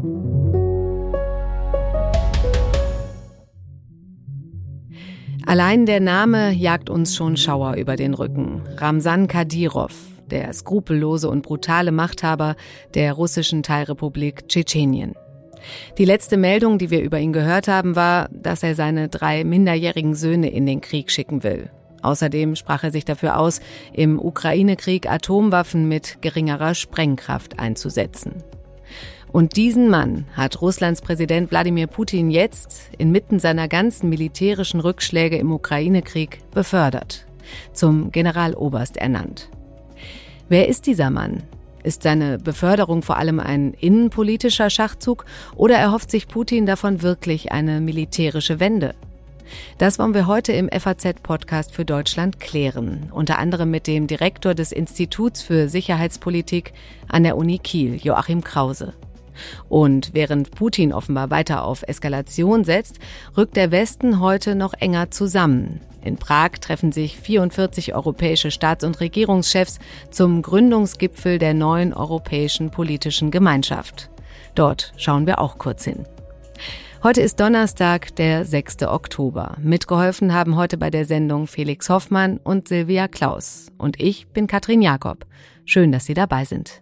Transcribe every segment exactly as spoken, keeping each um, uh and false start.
Allein der Name jagt uns schon Schauer über den Rücken. Ramsan Kadyrov, der skrupellose und brutale Machthaber der russischen Teilrepublik Tschetschenien. Die letzte Meldung, die wir über ihn gehört haben, war, dass er seine drei minderjährigen Söhne in den Krieg schicken will. Außerdem sprach er sich dafür aus, im Ukraine-Krieg Atomwaffen mit geringerer Sprengkraft einzusetzen. Und diesen Mann hat Russlands Präsident Wladimir Putin jetzt, inmitten seiner ganzen militärischen Rückschläge im Ukraine-Krieg, befördert, zum Generaloberst ernannt. Wer ist dieser Mann? Ist seine Beförderung vor allem ein innenpolitischer Schachzug oder erhofft sich Putin davon wirklich eine militärische Wende? Das wollen wir heute im F A Z-Podcast für Deutschland klären, unter anderem mit dem Direktor des Instituts für Sicherheitspolitik an der Uni Kiel, Joachim Krause. Und während Putin offenbar weiter auf Eskalation setzt, rückt der Westen heute noch enger zusammen. In Prag treffen sich vierundvierzig europäische Staats- und Regierungschefs zum Gründungsgipfel der neuen Europäischen Politischen Gemeinschaft. Dort schauen wir auch kurz hin. Heute ist Donnerstag, der sechster Oktober. Mitgeholfen haben heute bei der Sendung Felix Hoffmann und Silvia Klaus. Und ich bin Katrin Jakob. Schön, dass Sie dabei sind.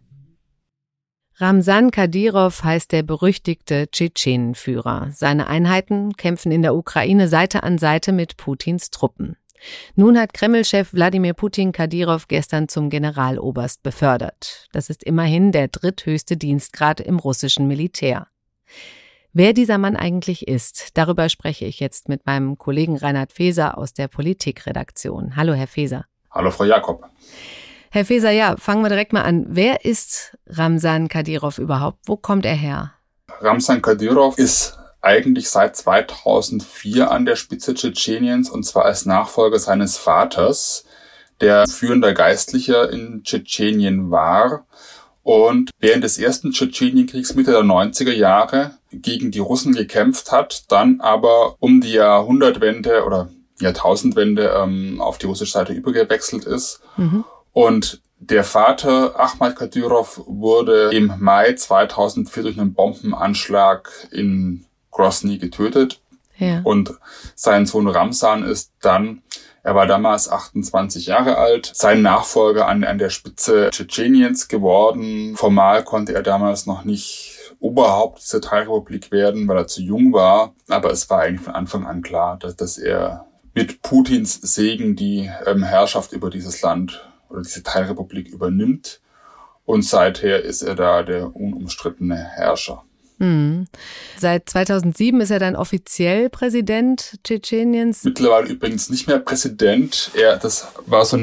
Ramsan Kadyrov heißt der berüchtigte Tschetschenenführer. Seine Einheiten kämpfen in der Ukraine Seite an Seite mit Putins Truppen. Nun hat Kreml-Chef Wladimir Putin Kadyrov gestern zum Generaloberst befördert. Das ist immerhin der dritthöchste Dienstgrad im russischen Militär. Wer dieser Mann eigentlich ist, darüber spreche ich jetzt mit meinem Kollegen Reinhard Feser aus der Politikredaktion. Hallo, Herr Feser. Hallo, Frau Jakob. Herr Feser, ja, fangen wir direkt mal an. Wer ist Ramsan Kadyrov überhaupt? Wo kommt er her? Ramsan Kadyrov ist eigentlich seit zweitausendvier an der Spitze Tschetscheniens, und zwar als Nachfolger seines Vaters, der führender Geistlicher in Tschetschenien war und während des ersten Tschetschenienkriegs Mitte der neunziger Jahre gegen die Russen gekämpft hat, dann aber um die Jahrhundertwende oder Jahrtausendwende ähm, auf die russische Seite übergewechselt ist. Mhm. Und der Vater, Ahmad Kadyrov, wurde im Mai zweitausendvier durch einen Bombenanschlag in Grozny getötet. Ja. Und sein Sohn Ramsan ist dann, er war damals achtundzwanzig Jahre alt, sein Nachfolger an, an der Spitze Tschetscheniens geworden. Formal konnte er damals noch nicht Oberhaupt dieser Teilrepublik werden, weil er zu jung war. Aber es war eigentlich von Anfang an klar, dass, dass er mit Putins Segen die ähm, Herrschaft über dieses Land oder diese Teilrepublik übernimmt. Und seither ist er da der unumstrittene Herrscher. Hm. Seit zweitausendsieben ist er dann offiziell Präsident Tschetscheniens. Mittlerweile übrigens nicht mehr Präsident. Er, das war so eine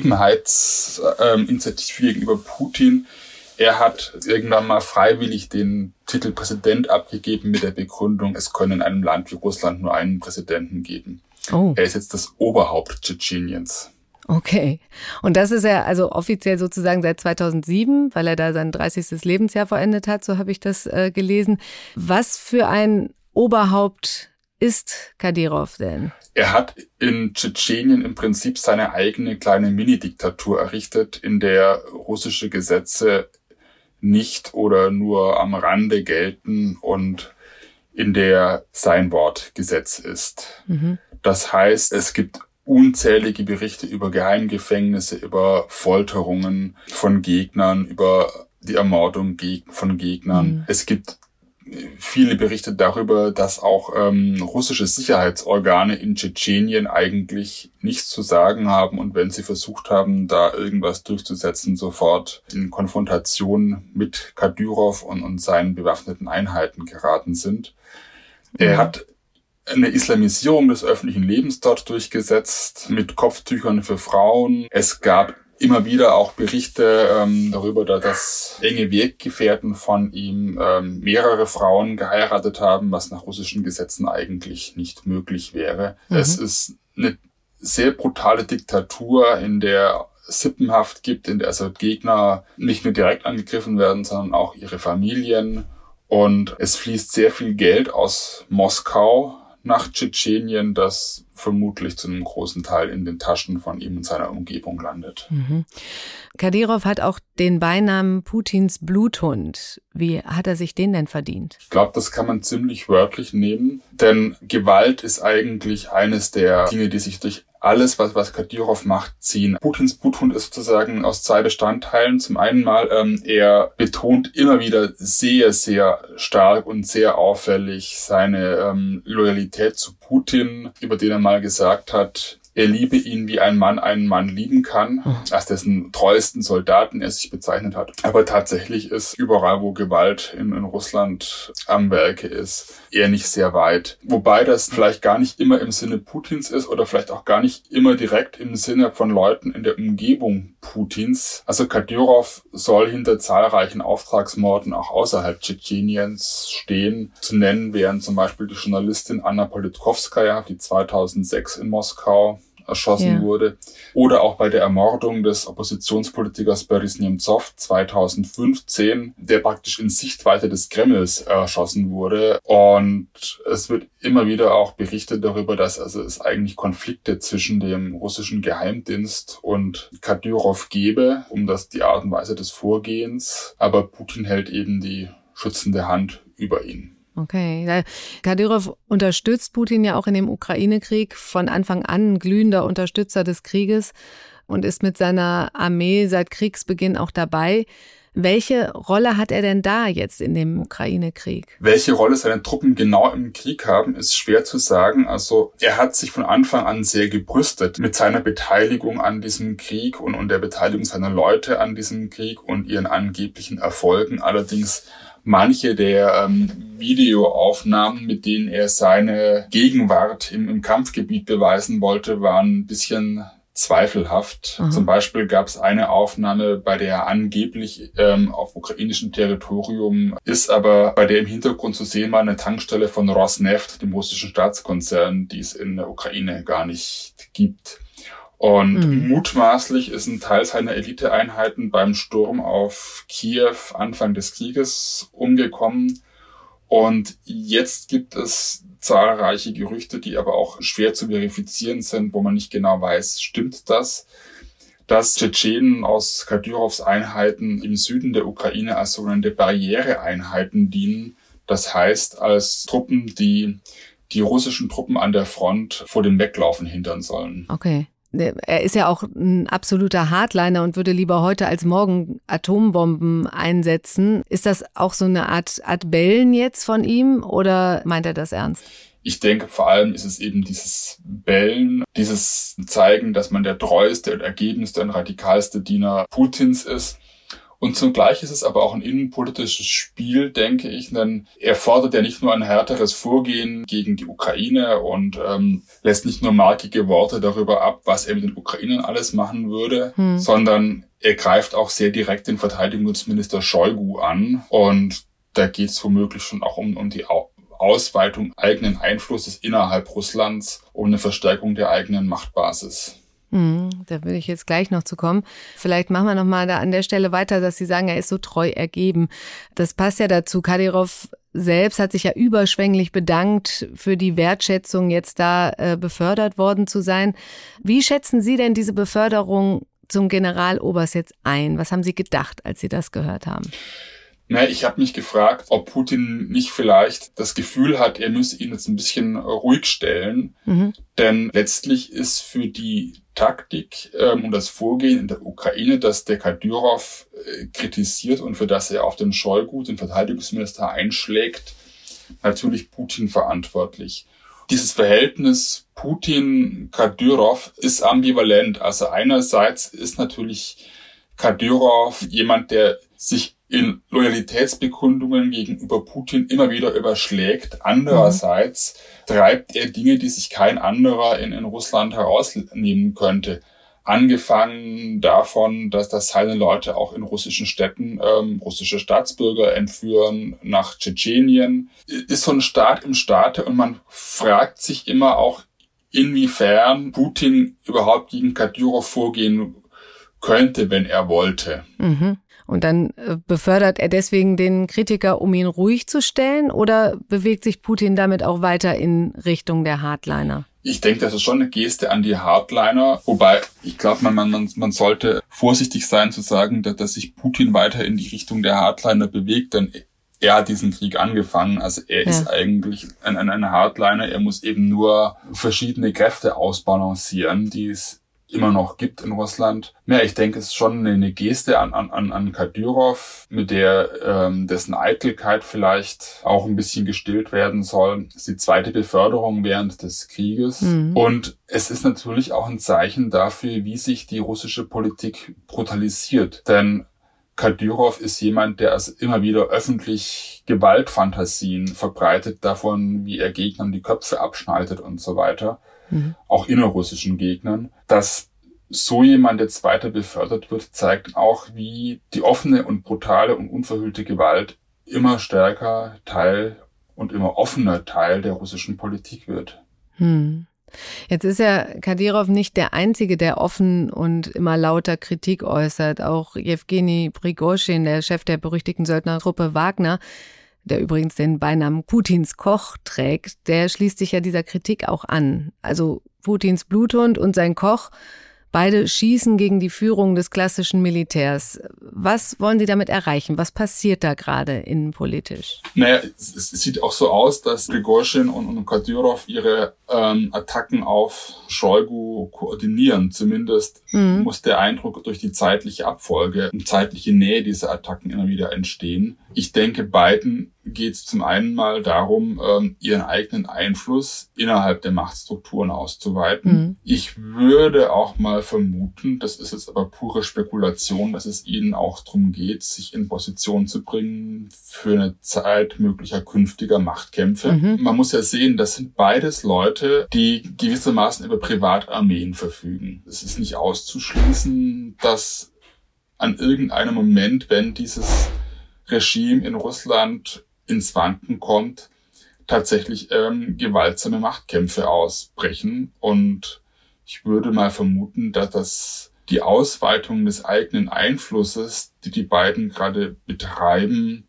Ergebenheitsinitiative ähm, gegenüber Putin. Er hat irgendwann mal freiwillig den Titel Präsident abgegeben mit der Begründung, es könne in einem Land wie Russland nur einen Präsidenten geben. Oh. Er ist jetzt das Oberhaupt Tschetscheniens. Okay. Und das ist er also offiziell sozusagen seit zweitausendsieben, weil er da sein dreißigstes Lebensjahr vollendet hat, so habe ich das äh, gelesen. Was für ein Oberhaupt ist Kadyrov denn? Er hat in Tschetschenien im Prinzip seine eigene kleine Mini-Diktatur errichtet, in der russische Gesetze nicht oder nur am Rande gelten und in der sein Wort Gesetz ist. Mhm. Das heißt, es gibt unzählige Berichte über Geheimgefängnisse, über Folterungen von Gegnern, über die Ermordung von Gegnern. Mhm. Es gibt viele Berichte darüber, dass auch ähm, russische Sicherheitsorgane in Tschetschenien eigentlich nichts zu sagen haben und wenn sie versucht haben, da irgendwas durchzusetzen, sofort in Konfrontation mit Kadyrov und, und seinen bewaffneten Einheiten geraten sind. Mhm. Er hat eine Islamisierung des öffentlichen Lebens dort durchgesetzt, mit Kopftüchern für Frauen. Es gab immer wieder auch Berichte ähm, darüber, dass enge Weggefährten von ihm ähm, mehrere Frauen geheiratet haben, was nach russischen Gesetzen eigentlich nicht möglich wäre. Mhm. Es ist eine sehr brutale Diktatur, in der Sippenhaft gibt, in der also Gegner nicht nur direkt angegriffen werden, sondern auch ihre Familien. Und es fließt sehr viel Geld aus Moskau nach Tschetschenien, das vermutlich zu einem großen Teil in den Taschen von ihm und seiner Umgebung landet. Mhm. Kadyrov hat auch den Beinamen Putins Bluthund. Wie hat er sich den denn verdient? Ich glaube, das kann man ziemlich wörtlich nehmen, denn Gewalt ist eigentlich eines der Dinge, die sich durch alles, was, was Kadyrov macht, ziehen. Putins Bluthund ist sozusagen aus zwei Bestandteilen. Zum einen mal, ähm, er betont immer wieder sehr, sehr stark und sehr auffällig seine ähm, Loyalität zu Putin, über den er mal gesagt hat, er liebe ihn, wie ein Mann einen Mann lieben kann, als dessen treuesten Soldaten er sich bezeichnet hat. Aber tatsächlich ist überall, wo Gewalt in, in Russland am Werke ist, eher nicht sehr weit. Wobei das vielleicht gar nicht immer im Sinne Putins ist oder vielleicht auch gar nicht immer direkt im Sinne von Leuten in der Umgebung Putins. Also Kadyrov soll hinter zahlreichen Auftragsmorden auch außerhalb Tschetscheniens stehen. Zu nennen wären zum Beispiel die Journalistin Anna Politkovskaja, die zweitausendsechs in Moskau erschossen ja. wurde. Oder auch bei der Ermordung des Oppositionspolitikers Boris Nemtsov zweitausendfünfzehn, der praktisch in Sichtweite des Kremls erschossen wurde. Und es wird immer wieder auch berichtet darüber, dass also es eigentlich Konflikte zwischen dem russischen Geheimdienst und Kadyrov gebe, um das die Art und Weise des Vorgehens. Aber Putin hält eben die schützende Hand über ihn. Okay. Kadyrov unterstützt Putin ja auch in dem Ukraine-Krieg, von Anfang an ein glühender Unterstützer des Krieges und ist mit seiner Armee seit Kriegsbeginn auch dabei. Welche Rolle hat er denn da jetzt in dem Ukraine-Krieg? Welche Rolle seine Truppen genau im Krieg haben, ist schwer zu sagen. Also er hat sich von Anfang an sehr gebrüstet mit seiner Beteiligung an diesem Krieg und, und der Beteiligung seiner Leute an diesem Krieg und ihren angeblichen Erfolgen. Allerdings manche der ähm, Videoaufnahmen, mit denen er seine Gegenwart im, im Kampfgebiet beweisen wollte, waren ein bisschen zweifelhaft. Aha. Zum Beispiel gab es eine Aufnahme, bei der er angeblich ähm, auf ukrainischem Territorium ist, aber bei der im Hintergrund zu sehen war eine Tankstelle von Rosneft, dem russischen Staatskonzern, die es in der Ukraine gar nicht gibt. Und mhm. mutmaßlich ist ein Teil seiner Eliteeinheiten beim Sturm auf Kiew Anfang des Krieges umgekommen. Und jetzt gibt es zahlreiche Gerüchte, die aber auch schwer zu verifizieren sind, wo man nicht genau weiß, stimmt das, dass Tschetschenen aus Kadyrovs Einheiten im Süden der Ukraine als sogenannte Barriereeinheiten dienen. Das heißt, als Truppen, die die russischen Truppen an der Front vor dem Weglaufen hindern sollen. Okay. Er ist ja auch ein absoluter Hardliner und würde lieber heute als morgen Atombomben einsetzen. Ist das auch so eine Art, Art Bellen jetzt von ihm oder meint er das ernst? Ich denke, vor allem ist es eben dieses Bellen, dieses Zeigen, dass man der treueste und ergebenste und radikalste Diener Putins ist. Und zugleich ist es aber auch ein innenpolitisches Spiel, denke ich, denn er fordert ja nicht nur ein härteres Vorgehen gegen die Ukraine und ähm, lässt nicht nur markige Worte darüber ab, was er mit den Ukrainern alles machen würde, hm. sondern er greift auch sehr direkt den Verteidigungsminister Shoigu an. Und da geht es womöglich schon auch um, um die Ausweitung eigenen Einflusses innerhalb Russlands, um eine Verstärkung der eigenen Machtbasis. Hm, da will ich jetzt gleich noch zu kommen. Vielleicht machen wir noch mal da an der Stelle weiter, dass Sie sagen, er ist so treu ergeben. Das passt ja dazu. Kadyrov selbst hat sich ja überschwänglich bedankt für die Wertschätzung, jetzt da äh, befördert worden zu sein. Wie schätzen Sie denn diese Beförderung zum Generaloberst jetzt ein? Was haben Sie gedacht, als Sie das gehört haben? Na, ich habe mich gefragt, ob Putin nicht vielleicht das Gefühl hat, er müsse ihn jetzt ein bisschen ruhig stellen. Mhm. Denn letztlich ist für die Taktik ähm, und das Vorgehen in der Ukraine, das der Kadyrov äh, kritisiert und für das er auf den Shoigu, den Verteidigungsminister, einschlägt, natürlich Putin verantwortlich. Dieses Verhältnis Putin-Kadyrov ist ambivalent. Also einerseits ist natürlich Kadyrov jemand, der sich in Loyalitätsbekundungen gegenüber Putin immer wieder überschlägt. Andererseits mhm. treibt er Dinge, die sich kein anderer in, in Russland herausnehmen könnte. Angefangen davon, dass, dass seine Leute auch in russischen Städten ähm, russische Staatsbürger entführen nach Tschetschenien. Ist so ein Staat im Staate und man fragt sich immer auch, inwiefern Putin überhaupt gegen Kadyrov vorgehen könnte, wenn er wollte. Mhm. Und dann befördert er deswegen den Kritiker, um ihn ruhig zu stellen, oder bewegt sich Putin damit auch weiter in Richtung der Hardliner? Ich denke, das ist schon eine Geste an die Hardliner, wobei ich glaube, man, man, man sollte vorsichtig sein zu sagen, dass, dass sich Putin weiter in die Richtung der Hardliner bewegt, denn er hat diesen Krieg angefangen, also er ja. ist eigentlich ein, ein, ein Hardliner, er muss eben nur verschiedene Kräfte ausbalancieren, die es immer noch gibt in Russland. Ja, ich denke, es ist schon eine Geste an, an, an Kadyrov, mit der ähm, dessen Eitelkeit vielleicht auch ein bisschen gestillt werden soll. Das ist die zweite Beförderung während des Krieges. Mhm. Und es ist natürlich auch ein Zeichen dafür, wie sich die russische Politik brutalisiert. Denn Kadyrov ist jemand, der also immer wieder öffentlich Gewaltfantasien verbreitet davon, wie er Gegnern die Köpfe abschneidet und so weiter. Mhm. Auch innerrussischen Gegnern. Dass so jemand jetzt weiter befördert wird, zeigt auch, wie die offene und brutale und unverhüllte Gewalt immer stärker Teil und immer offener Teil der russischen Politik wird. Hm. Jetzt ist ja Kadyrov nicht der Einzige, der offen und immer lauter Kritik äußert. Auch Jewgeni Prigoschin, der Chef der berüchtigten Söldnertruppe Wagner, der übrigens den Beinamen Putins Koch trägt, der schließt sich ja dieser Kritik auch an. Also Putins Bluthund und sein Koch, beide schießen gegen die Führung des klassischen Militärs. Was wollen Sie damit erreichen? Was passiert da gerade innenpolitisch? Naja, es, es sieht auch so aus, dass Prigoschin und, und Kadyrov ihre ähm, Attacken auf Shoigu koordinieren. Zumindest mhm. muss der Eindruck durch die zeitliche Abfolge und zeitliche Nähe dieser Attacken immer wieder entstehen. Ich denke, beiden geht es zum einen mal darum, ähm, ihren eigenen Einfluss innerhalb der Machtstrukturen auszuweiten. Mhm. Ich würde auch mal vermuten, das ist jetzt aber pure Spekulation, dass es ihnen auch darum geht, sich in Position zu bringen für eine Zeit möglicher künftiger Machtkämpfe. Mhm. Man muss ja sehen, das sind beides Leute, die gewissermaßen über Privatarmeen verfügen. Es ist nicht auszuschließen, dass an irgendeinem Moment, wenn dieses Regime in Russland ins Wanken kommt, tatsächlich ähm, gewaltsame Machtkämpfe ausbrechen. Und ich würde mal vermuten, dass das die Ausweitung des eigenen Einflusses, die die beiden gerade betreiben,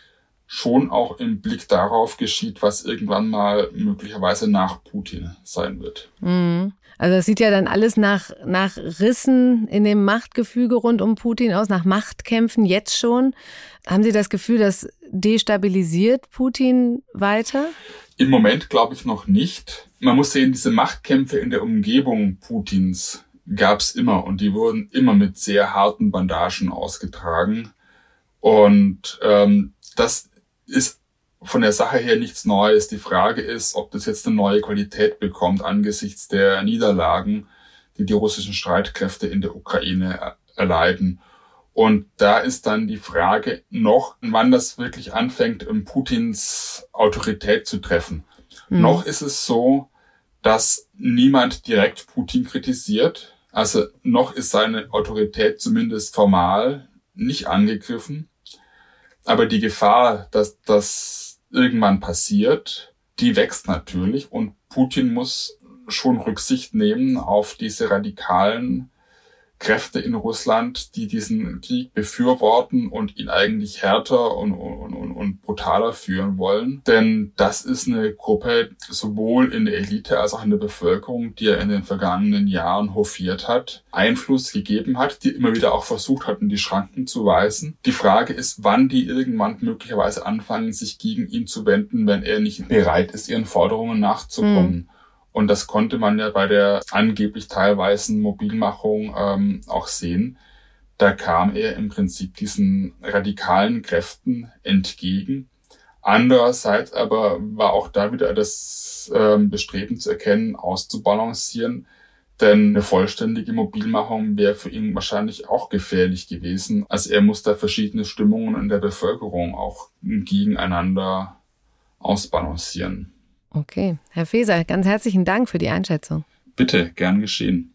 schon auch im Blick darauf geschieht, was irgendwann mal möglicherweise nach Putin sein wird. Mhm. Also es sieht ja dann alles nach, nach Rissen in dem Machtgefüge rund um Putin aus, nach Machtkämpfen jetzt schon. Haben Sie das Gefühl, das destabilisiert Putin weiter? Im Moment glaube ich noch nicht. Man muss sehen, diese Machtkämpfe in der Umgebung Putins gab es immer und die wurden immer mit sehr harten Bandagen ausgetragen. Und ähm, das ist von der Sache her nichts Neues. Die Frage ist, ob das jetzt eine neue Qualität bekommt angesichts der Niederlagen, die die russischen Streitkräfte in der Ukraine erleiden. Und da ist dann die Frage noch, wann das wirklich anfängt, Putins Autorität zu treffen. Mhm. Noch ist es so, dass niemand direkt Putin kritisiert. Also noch ist seine Autorität zumindest formal nicht angegriffen. Aber die Gefahr, dass das irgendwann passiert, die wächst natürlich und Putin muss schon Rücksicht nehmen auf diese radikalen Kräfte in Russland, die diesen Krieg befürworten und ihn eigentlich härter und, und, und, und brutaler führen wollen. Denn das ist eine Gruppe sowohl in der Elite als auch in der Bevölkerung, die er in den vergangenen Jahren hofiert hat, Einfluss gegeben hat, die immer wieder auch versucht hat, in die Schranken zu weisen. Die Frage ist, wann die irgendwann möglicherweise anfangen, sich gegen ihn zu wenden, wenn er nicht bereit ist, ihren Forderungen nachzukommen. Mhm. Und das konnte man ja bei der angeblich teilweisen Mobilmachung ähm, auch sehen. Da kam er im Prinzip diesen radikalen Kräften entgegen. Andererseits aber war auch da wieder das ähm, Bestreben zu erkennen, auszubalancieren. Denn eine vollständige Mobilmachung wäre für ihn wahrscheinlich auch gefährlich gewesen. Also er muss da verschiedene Stimmungen in der Bevölkerung auch gegeneinander ausbalancieren. Okay, Herr Faeser, ganz herzlichen Dank für die Einschätzung. Bitte, gern geschehen.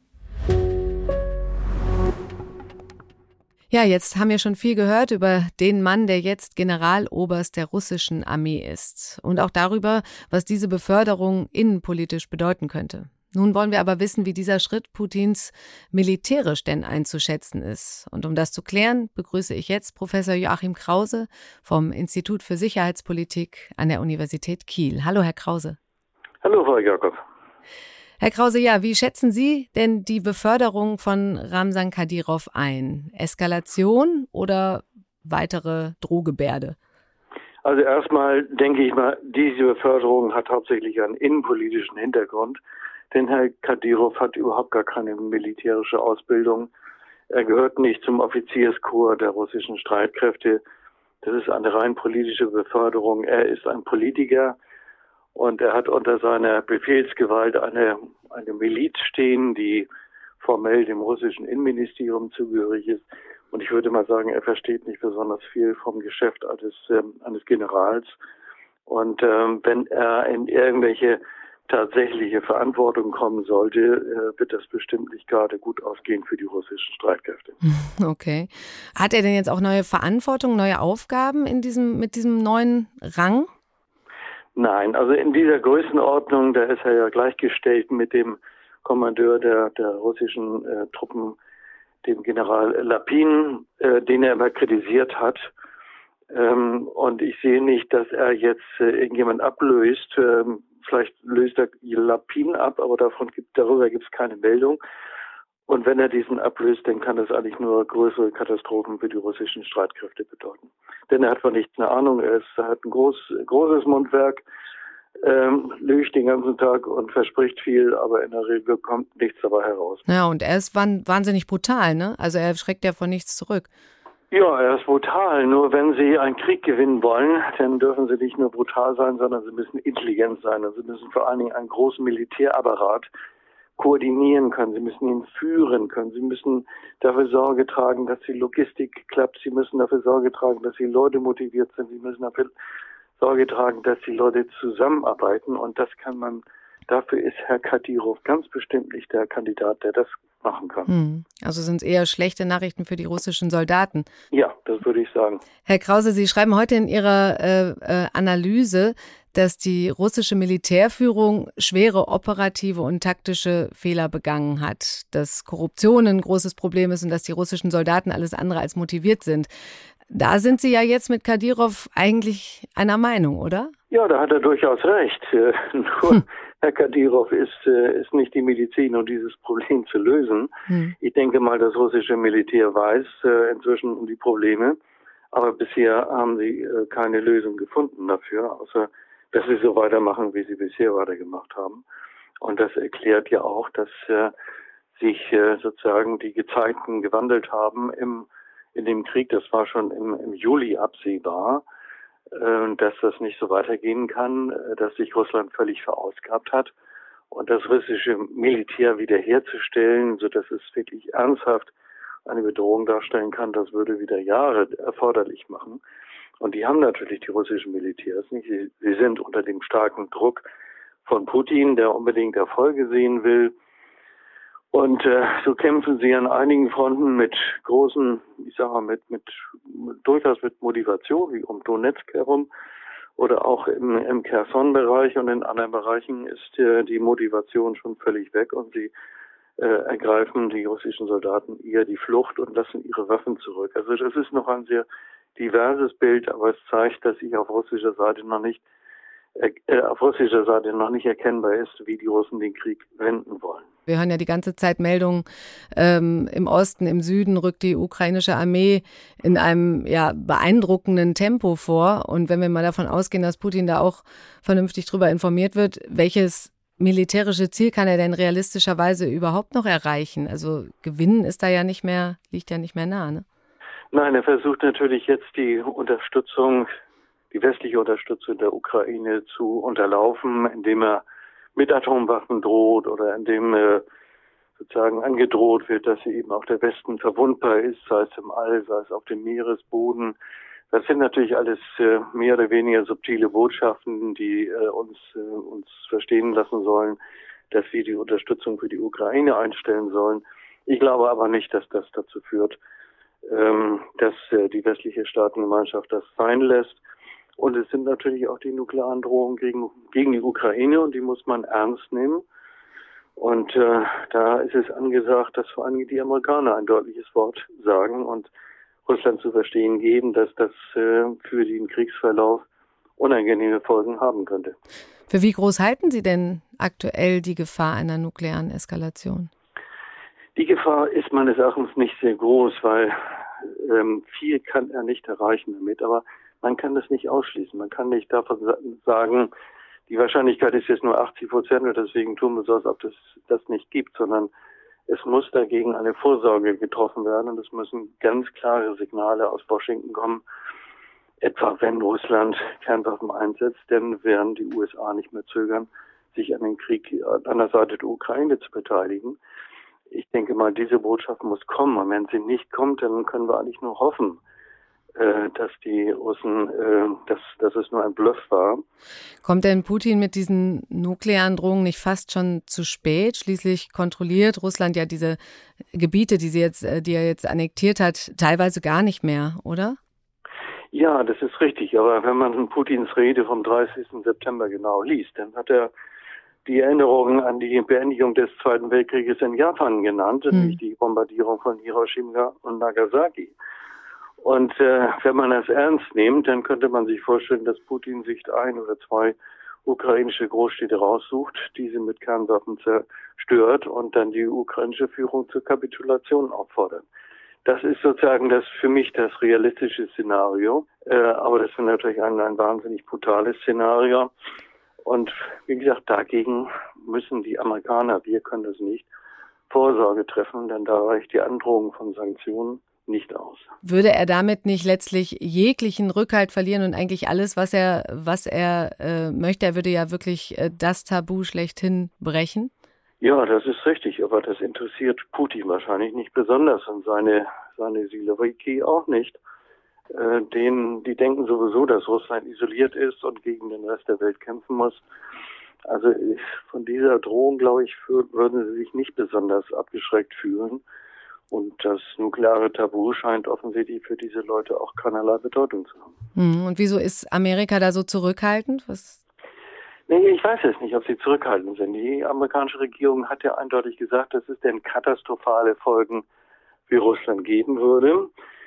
Ja, jetzt haben wir schon viel gehört über den Mann, der jetzt Generaloberst der russischen Armee ist. Und auch darüber, was diese Beförderung innenpolitisch bedeuten könnte. Nun wollen wir aber wissen, wie dieser Schritt Putins militärisch denn einzuschätzen ist. Und um das zu klären, begrüße ich jetzt Professor Joachim Krause vom Institut für Sicherheitspolitik an der Universität Kiel. Hallo, Herr Krause. Hallo, Frau Jakob. Herr Krause, ja, wie schätzen Sie denn die Beförderung von Ramsan Kadyrov ein? Eskalation oder weitere Drohgebärde? Also erstmal denke ich mal, diese Beförderung hat hauptsächlich einen innenpolitischen Hintergrund. Denn Herr Kadyrov hat überhaupt gar keine militärische Ausbildung. Er gehört nicht zum Offizierskorps der russischen Streitkräfte. Das ist eine rein politische Beförderung. Er ist ein Politiker und er hat unter seiner Befehlsgewalt eine, eine Miliz stehen, die formell dem russischen Innenministerium zugehörig ist. Und ich würde mal sagen, er versteht nicht besonders viel vom Geschäft eines, äh, eines Generals. Und ähm, wenn er in irgendwelche tatsächliche Verantwortung kommen sollte, äh, wird das bestimmt nicht gerade gut ausgehen für die russischen Streitkräfte. Okay. Hat er denn jetzt auch neue Verantwortung, neue Aufgaben in diesem, mit diesem neuen Rang? Nein, also in dieser Größenordnung, da ist er ja gleichgestellt mit dem Kommandeur der, der russischen äh, Truppen, dem General Lapin, äh, den er immer kritisiert hat. Ähm, und ich sehe nicht, dass er jetzt äh, irgendjemand ablöst. Ähm, Vielleicht löst er Lapin ab, aber davon gibt, darüber gibt es keine Meldung. Und wenn er diesen ablöst, dann kann das eigentlich nur größere Katastrophen für die russischen Streitkräfte bedeuten. Denn er hat von nichts eine Ahnung. Er, ist, er hat ein groß, großes Mundwerk, ähm, lügt den ganzen Tag und verspricht viel, aber in der Regel kommt nichts dabei heraus. Ja, und er ist wahnsinnig brutal, ne? Also er schreckt ja von nichts zurück. Ja, er ist brutal. Nur wenn Sie einen Krieg gewinnen wollen, dann dürfen Sie nicht nur brutal sein, sondern Sie müssen intelligent sein. Und Sie müssen vor allen Dingen einen großen Militärapparat koordinieren können. Sie müssen ihn führen können. Sie müssen dafür Sorge tragen, dass die Logistik klappt. Sie müssen dafür Sorge tragen, dass die Leute motiviert sind. Sie müssen dafür Sorge tragen, dass die Leute zusammenarbeiten. Und das kann man, dafür ist Herr Kadyrov ganz bestimmt nicht der Kandidat, der das machen kann. Hm. Also sind es eher schlechte Nachrichten für die russischen Soldaten. Ja, das würde ich sagen. Herr Krause, Sie schreiben heute in Ihrer äh, äh, Analyse, dass die russische Militärführung schwere operative und taktische Fehler begangen hat, dass Korruption ein großes Problem ist und dass die russischen Soldaten alles andere als motiviert sind. Da sind Sie ja jetzt mit Kadyrov eigentlich einer Meinung, oder? Ja, da hat er durchaus recht. Äh, nur hm. Herr Kadyrov ist, äh, ist nicht die Medizin, um dieses Problem zu lösen. Hm. Ich denke mal, das russische Militär weiß äh, inzwischen um die Probleme, aber bisher haben sie äh, keine Lösung gefunden dafür, außer dass sie so weitermachen, wie sie bisher weitergemacht haben. Und das erklärt ja auch, dass äh, sich äh, sozusagen die Gezeiten gewandelt haben im in dem Krieg. Das war schon im, im Juli absehbar, äh, dass das nicht so weitergehen kann, äh, dass sich Russland völlig verausgabt hat. Und das russische Militär wiederherzustellen, sodass es wirklich ernsthaft eine Bedrohung darstellen kann, das würde wieder Jahre erforderlich machen. Und die haben natürlich die russischen Militärs nicht. Sie, sie sind unter dem starken Druck von Putin, der unbedingt Erfolge sehen will. Und äh, so kämpfen sie an einigen Fronten mit großen, ich sage mal, mit, mit, mit durchaus mit Motivation, wie um Donetsk herum oder auch im, im Cherson-Bereich, und in anderen Bereichen ist äh, die Motivation schon völlig weg und sie äh, ergreifen die russischen Soldaten eher die Flucht und lassen ihre Waffen zurück. Also das ist noch ein sehr diverses Bild, aber es zeigt, dass sich auf russischer Seite noch nicht äh, auf russischer Seite noch nicht erkennbar ist, wie die Russen den Krieg wenden wollen. Wir hören ja die ganze Zeit Meldungen, ähm, im Osten, im Süden rückt die ukrainische Armee in einem ja beeindruckenden Tempo vor. Und wenn wir mal davon ausgehen, dass Putin da auch vernünftig drüber informiert wird, welches militärische Ziel kann er denn realistischerweise überhaupt noch erreichen? Also gewinnen ist da ja nicht mehr, liegt ja nicht mehr nah, ne? Nein, er versucht natürlich jetzt die Unterstützung, die westliche Unterstützung der Ukraine zu unterlaufen, indem er mit Atomwaffen droht oder indem äh, sozusagen angedroht wird, dass sie eben auch der Westen verwundbar ist, sei es im All, sei es auf dem Meeresboden. Das sind natürlich alles äh, mehr oder weniger subtile Botschaften, die äh, uns äh, uns verstehen lassen sollen, dass wir die Unterstützung für die Ukraine einstellen sollen. Ich glaube aber nicht, dass das dazu führt, ähm, dass äh, die westliche Staatengemeinschaft das sein lässt. Und es sind natürlich auch die nuklearen Drohungen gegen, gegen die Ukraine, und die muss man ernst nehmen. Und äh, da ist es angesagt, dass vor allem die Amerikaner ein deutliches Wort sagen und Russland zu verstehen geben, dass das äh, für den Kriegsverlauf unangenehme Folgen haben könnte. Für wie groß halten Sie denn aktuell die Gefahr einer nuklearen Eskalation? Die Gefahr ist meines Erachtens nicht sehr groß, weil ähm, viel kann er nicht erreichen damit. Aber man kann das nicht ausschließen. Man kann nicht davon sagen, die Wahrscheinlichkeit ist jetzt nur achtzig Prozent und deswegen tun wir so, als ob das das nicht gibt, sondern es muss dagegen eine Vorsorge getroffen werden und es müssen ganz klare Signale aus Washington kommen, etwa wenn Russland Kernwaffen einsetzt, dann werden die U S A nicht mehr zögern, sich an den Krieg an der Seite der Ukraine zu beteiligen. Ich denke mal, diese Botschaft muss kommen. Und wenn sie nicht kommt, dann können wir eigentlich nur hoffen, dass die Russen, dass, dass es nur ein Bluff war. Kommt denn Putin mit diesen nuklearen Drohungen nicht fast schon zu spät? Schließlich kontrolliert Russland ja diese Gebiete, die sie jetzt, die er jetzt annektiert hat, teilweise gar nicht mehr, oder? Ja, das ist richtig. Aber wenn man Putins Rede vom dreißigsten September genau liest, dann hat er die Erinnerungen an die Beendigung des Zweiten Weltkrieges in Japan genannt, hm. nämlich die Bombardierung von Hiroshima und Nagasaki. Und äh, wenn man das ernst nimmt, dann könnte man sich vorstellen, dass Putin sich ein oder zwei ukrainische Großstädte raussucht, diese mit Kernwaffen zerstört und dann die ukrainische Führung zur Kapitulation auffordert. Das ist sozusagen das für mich das realistische Szenario. Äh, aber das wäre natürlich ein, ein wahnsinnig brutales Szenario. Und wie gesagt, dagegen müssen die Amerikaner, wir können das nicht, Vorsorge treffen, denn da reicht die Androhung von Sanktionen nicht aus. Würde er damit nicht letztlich jeglichen Rückhalt verlieren und eigentlich alles, was er, was er äh, möchte, er würde ja wirklich äh, das Tabu schlechthin brechen? Ja, das ist richtig, aber das interessiert Putin wahrscheinlich nicht besonders und seine, seine Siloviki auch nicht. Äh, denen, die denken sowieso, dass Russland isoliert ist und gegen den Rest der Welt kämpfen muss. Also ich, von dieser Drohung, glaube ich, für, würden sie sich nicht besonders abgeschreckt fühlen. Und das nukleare Tabu scheint offensichtlich für diese Leute auch keinerlei Bedeutung zu haben. Und wieso ist Amerika da so zurückhaltend? Was? Nee, ich weiß es nicht, ob sie zurückhaltend sind. Die amerikanische Regierung hat ja eindeutig gesagt, dass es denn katastrophale Folgen für Russland geben würde.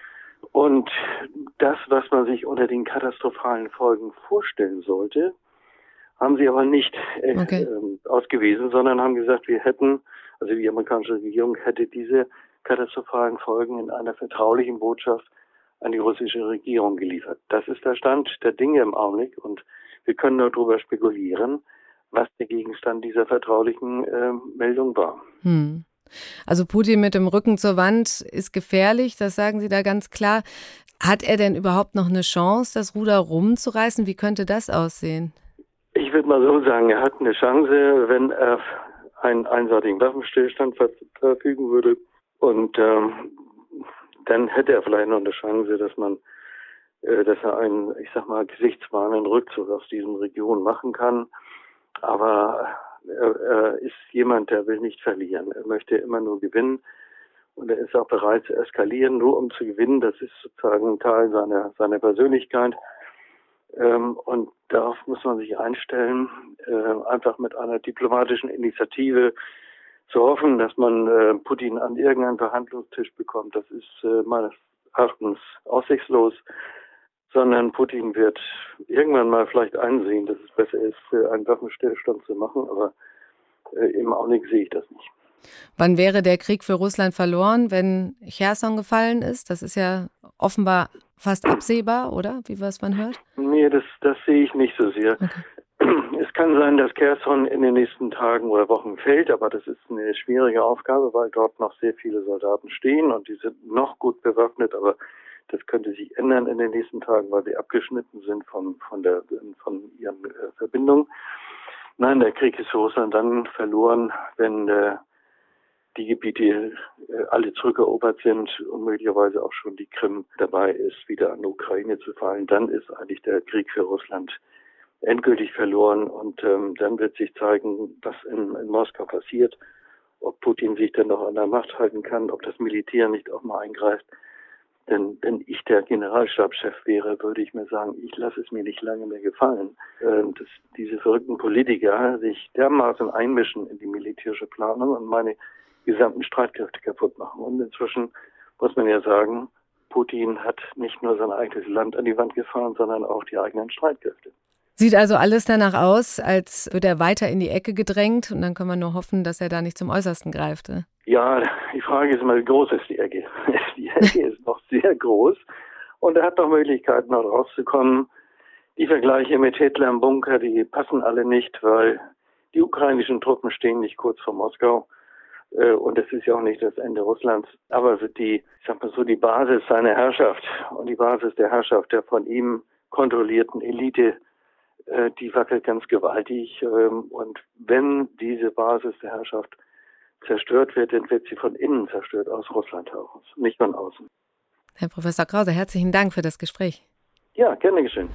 Und das, was man sich unter den katastrophalen Folgen vorstellen sollte, haben sie aber nicht äh, okay. äh, ausgewiesen, sondern haben gesagt, wir hätten, also die amerikanische Regierung hätte diese katastrophalen Folgen in einer vertraulichen Botschaft an die russische Regierung geliefert. Das ist der Stand der Dinge im Augenblick und wir können nur darüber spekulieren, was der Gegenstand dieser vertraulichen äh, Meldung war. Hm. Also Putin mit dem Rücken zur Wand ist gefährlich, das sagen Sie da ganz klar. Hat er denn überhaupt noch eine Chance, das Ruder rumzureißen? Wie könnte das aussehen? Ich würde mal so sagen, er hat eine Chance, wenn er einen einseitigen Waffenstillstand verfügen würde. Und ähm, dann hätte er vielleicht noch eine Chance, dass man, äh, dass er einen, ich sag mal, gesichtswahrenden Rückzug aus diesen Regionen machen kann. Aber er, er ist jemand, der will nicht verlieren. Er möchte immer nur gewinnen. Und er ist auch bereit zu eskalieren, nur um zu gewinnen. Das ist sozusagen ein Teil seiner, seiner Persönlichkeit. Ähm, und darauf muss man sich einstellen, äh, einfach mit einer diplomatischen Initiative zu hoffen, dass man äh, Putin an irgendeinen Verhandlungstisch bekommt, das ist äh, meines Erachtens aussichtslos, sondern Putin wird irgendwann mal vielleicht einsehen, dass es besser ist, äh, einen Waffenstillstand zu machen, aber äh, im Augenblick sehe ich das nicht. Wann wäre der Krieg für Russland verloren, wenn Cherson gefallen ist? Das ist ja offenbar fast absehbar, oder? Wie was man hört? Nee, das, das sehe ich nicht so sehr. Okay. Es kann sein, dass Cherson in den nächsten Tagen oder Wochen fällt, aber das ist eine schwierige Aufgabe, weil dort noch sehr viele Soldaten stehen und die sind noch gut bewaffnet, aber das könnte sich ändern in den nächsten Tagen, weil sie abgeschnitten sind von, von, der, von ihren äh, Verbindungen. Nein, der Krieg ist für Russland dann verloren, wenn äh, die Gebiete äh, alle zurückerobert sind und möglicherweise auch schon die Krim dabei ist, wieder an die Ukraine zu fallen. Dann ist eigentlich der Krieg für Russland endgültig verloren und ähm, dann wird sich zeigen, was in, in Moskau passiert, ob Putin sich denn noch an der Macht halten kann, ob das Militär nicht auch mal eingreift. Denn wenn ich der Generalstabschef wäre, würde ich mir sagen, ich lasse es mir nicht lange mehr gefallen, dass diese verrückten Politiker sich dermaßen einmischen in die militärische Planung und meine gesamten Streitkräfte kaputt machen. Und inzwischen muss man ja sagen, Putin hat nicht nur sein eigenes Land an die Wand gefahren, sondern auch die eigenen Streitkräfte. Sieht also alles danach aus, als würde er weiter in die Ecke gedrängt und dann kann man nur hoffen, dass er da nicht zum Äußersten greift. Ja, die Frage ist immer, wie groß ist die Ecke? Die Ecke ist noch sehr groß und er hat noch Möglichkeiten, noch rauszukommen. Die Vergleiche mit Hitler im Bunker, die passen alle nicht, weil die ukrainischen Truppen stehen nicht kurz vor Moskau. Und es ist ja auch nicht das Ende Russlands. Aber die, ich sag mal so, die Basis seiner Herrschaft und die Basis der Herrschaft der von ihm kontrollierten Elite, die wackelt ganz gewaltig. Und wenn diese Basis der Herrschaft zerstört wird, dann wird sie von innen zerstört, aus Russland heraus, nicht von außen. Herr Professor Krause, herzlichen Dank für das Gespräch. Ja, gerne geschehen.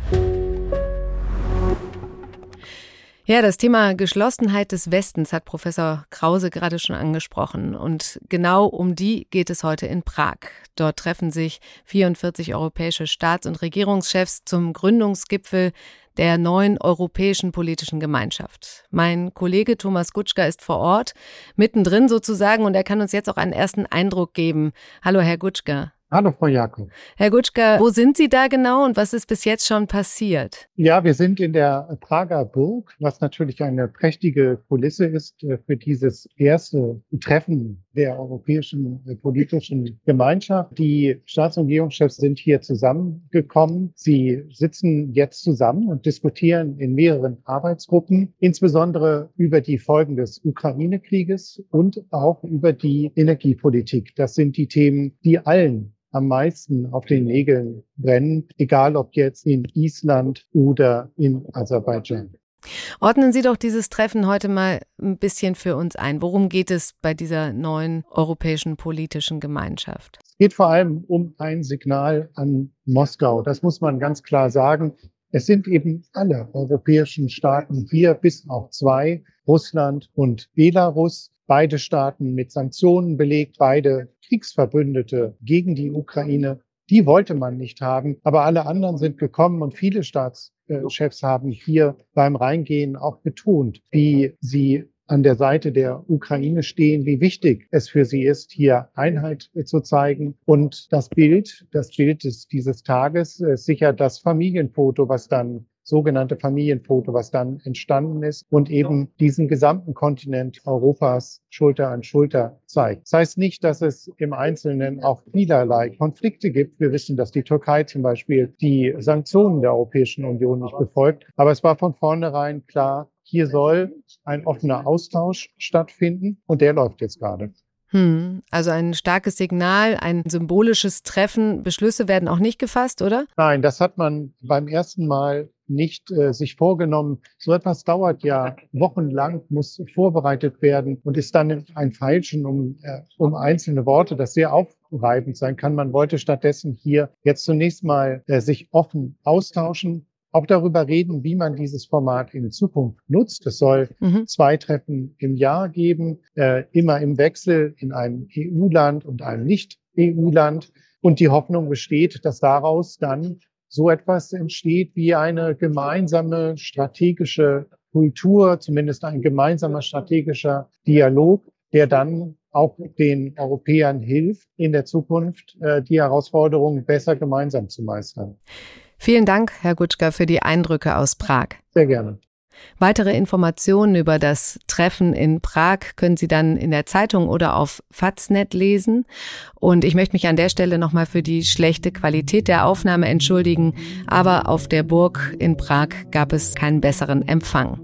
Ja, das Thema Geschlossenheit des Westens hat Professor Krause gerade schon angesprochen. Und genau um die geht es heute in Prag. Dort treffen sich vierundvierzig europäische Staats- und Regierungschefs zum Gründungsgipfel der neuen europäischen politischen Gemeinschaft. Mein Kollege Thomas Gutschka ist vor Ort, mittendrin sozusagen, und er kann uns jetzt auch einen ersten Eindruck geben. Hallo, Herr Gutschka. Hallo, Frau Jakob. Herr Gutschka, wo sind Sie da genau und was ist bis jetzt schon passiert? Ja, wir sind in der Prager Burg, was natürlich eine prächtige Kulisse ist für dieses erste Treffen der europäischen politischen Gemeinschaft. Die Staats- und Regierungschefs sind hier zusammengekommen. Sie sitzen jetzt zusammen und diskutieren in mehreren Arbeitsgruppen, insbesondere über die Folgen des Ukraine-Krieges und auch über die Energiepolitik. Das sind die Themen, die allen am meisten auf den Nägeln brennen, egal ob jetzt in Island oder in Aserbaidschan. Ordnen Sie doch dieses Treffen heute mal ein bisschen für uns ein. Worum geht es bei dieser neuen europäischen politischen Gemeinschaft? Es geht vor allem um ein Signal an Moskau. Das muss man ganz klar sagen. Es sind eben alle europäischen Staaten hier, bis auf zwei, Russland und Belarus, beide Staaten mit Sanktionen belegt, beide Kriegsverbündete gegen die Ukraine. Die wollte man nicht haben, aber alle anderen sind gekommen und viele Staatschefs haben hier beim Reingehen auch betont, wie sie an der Seite der Ukraine stehen, wie wichtig es für sie ist, hier Einheit zu zeigen. Und das Bild, das Bild des, dieses Tages, ist sicher das Familienfoto, was dann sogenannte Familienfoto, was dann entstanden ist und eben diesen gesamten Kontinent Europas Schulter an Schulter zeigt. Das heißt nicht, dass es im Einzelnen auch vielerlei Konflikte gibt. Wir wissen, dass die Türkei zum Beispiel die Sanktionen der Europäischen Union nicht befolgt. Aber es war von vornherein klar, hier soll ein offener Austausch stattfinden und der läuft jetzt gerade. Hm, also ein starkes Signal, ein symbolisches Treffen. Beschlüsse werden auch nicht gefasst, oder? Nein, das hat man beim ersten Mal nicht äh, sich vorgenommen. So etwas dauert ja wochenlang, muss vorbereitet werden und ist dann ein Feilschen um, äh, um einzelne Worte, das sehr aufreibend sein kann. Man wollte stattdessen hier jetzt zunächst mal äh, sich offen austauschen, auch darüber reden, wie man dieses Format in Zukunft nutzt. Es soll mhm. zwei Treffen im Jahr geben, äh, immer im Wechsel in einem E U-Land und einem Nicht-E U-Land. Und die Hoffnung besteht, dass daraus dann so etwas entsteht wie eine gemeinsame strategische Kultur, zumindest ein gemeinsamer strategischer Dialog, der dann auch den Europäern hilft, in der Zukunft äh, die Herausforderungen besser gemeinsam zu meistern. Vielen Dank, Herr Gutschka, für die Eindrücke aus Prag. Sehr gerne. Weitere Informationen über das Treffen in Prag können Sie dann in der Zeitung oder auf Faz Punkt net lesen. Und ich möchte mich an der Stelle nochmal für die schlechte Qualität der Aufnahme entschuldigen. Aber auf der Burg in Prag gab es keinen besseren Empfang.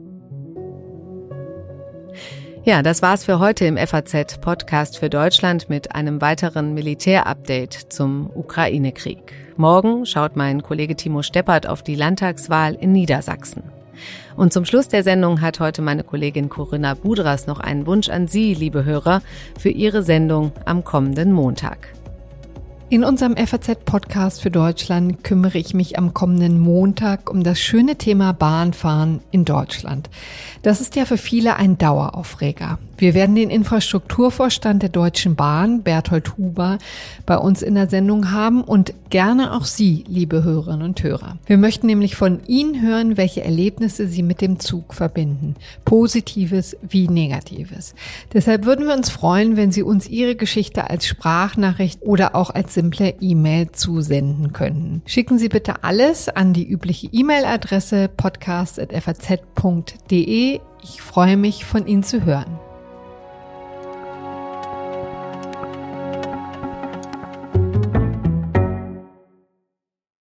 Ja, das war's für heute im F A Z-Podcast für Deutschland mit einem weiteren Militärupdate zum Ukraine-Krieg. Morgen schaut mein Kollege Timo Steppert auf die Landtagswahl in Niedersachsen. Und zum Schluss der Sendung hat heute meine Kollegin Corinna Budras noch einen Wunsch an Sie, liebe Hörer, für Ihre Sendung am kommenden Montag. In unserem F A Z-Podcast für Deutschland kümmere ich mich am kommenden Montag um das schöne Thema Bahnfahren in Deutschland. Das ist ja für viele ein Daueraufreger. Wir werden den Infrastrukturvorstand der Deutschen Bahn, Berthold Huber, bei uns in der Sendung haben und gerne auch Sie, liebe Hörerinnen und Hörer. Wir möchten nämlich von Ihnen hören, welche Erlebnisse Sie mit dem Zug verbinden. Positives wie Negatives. Deshalb würden wir uns freuen, wenn Sie uns Ihre Geschichte als Sprachnachricht oder auch als simple E-Mail zusenden könnten. Schicken Sie bitte alles an die übliche E-Mail-Adresse podcast at f a z punkt d e. Ich freue mich, von Ihnen zu hören.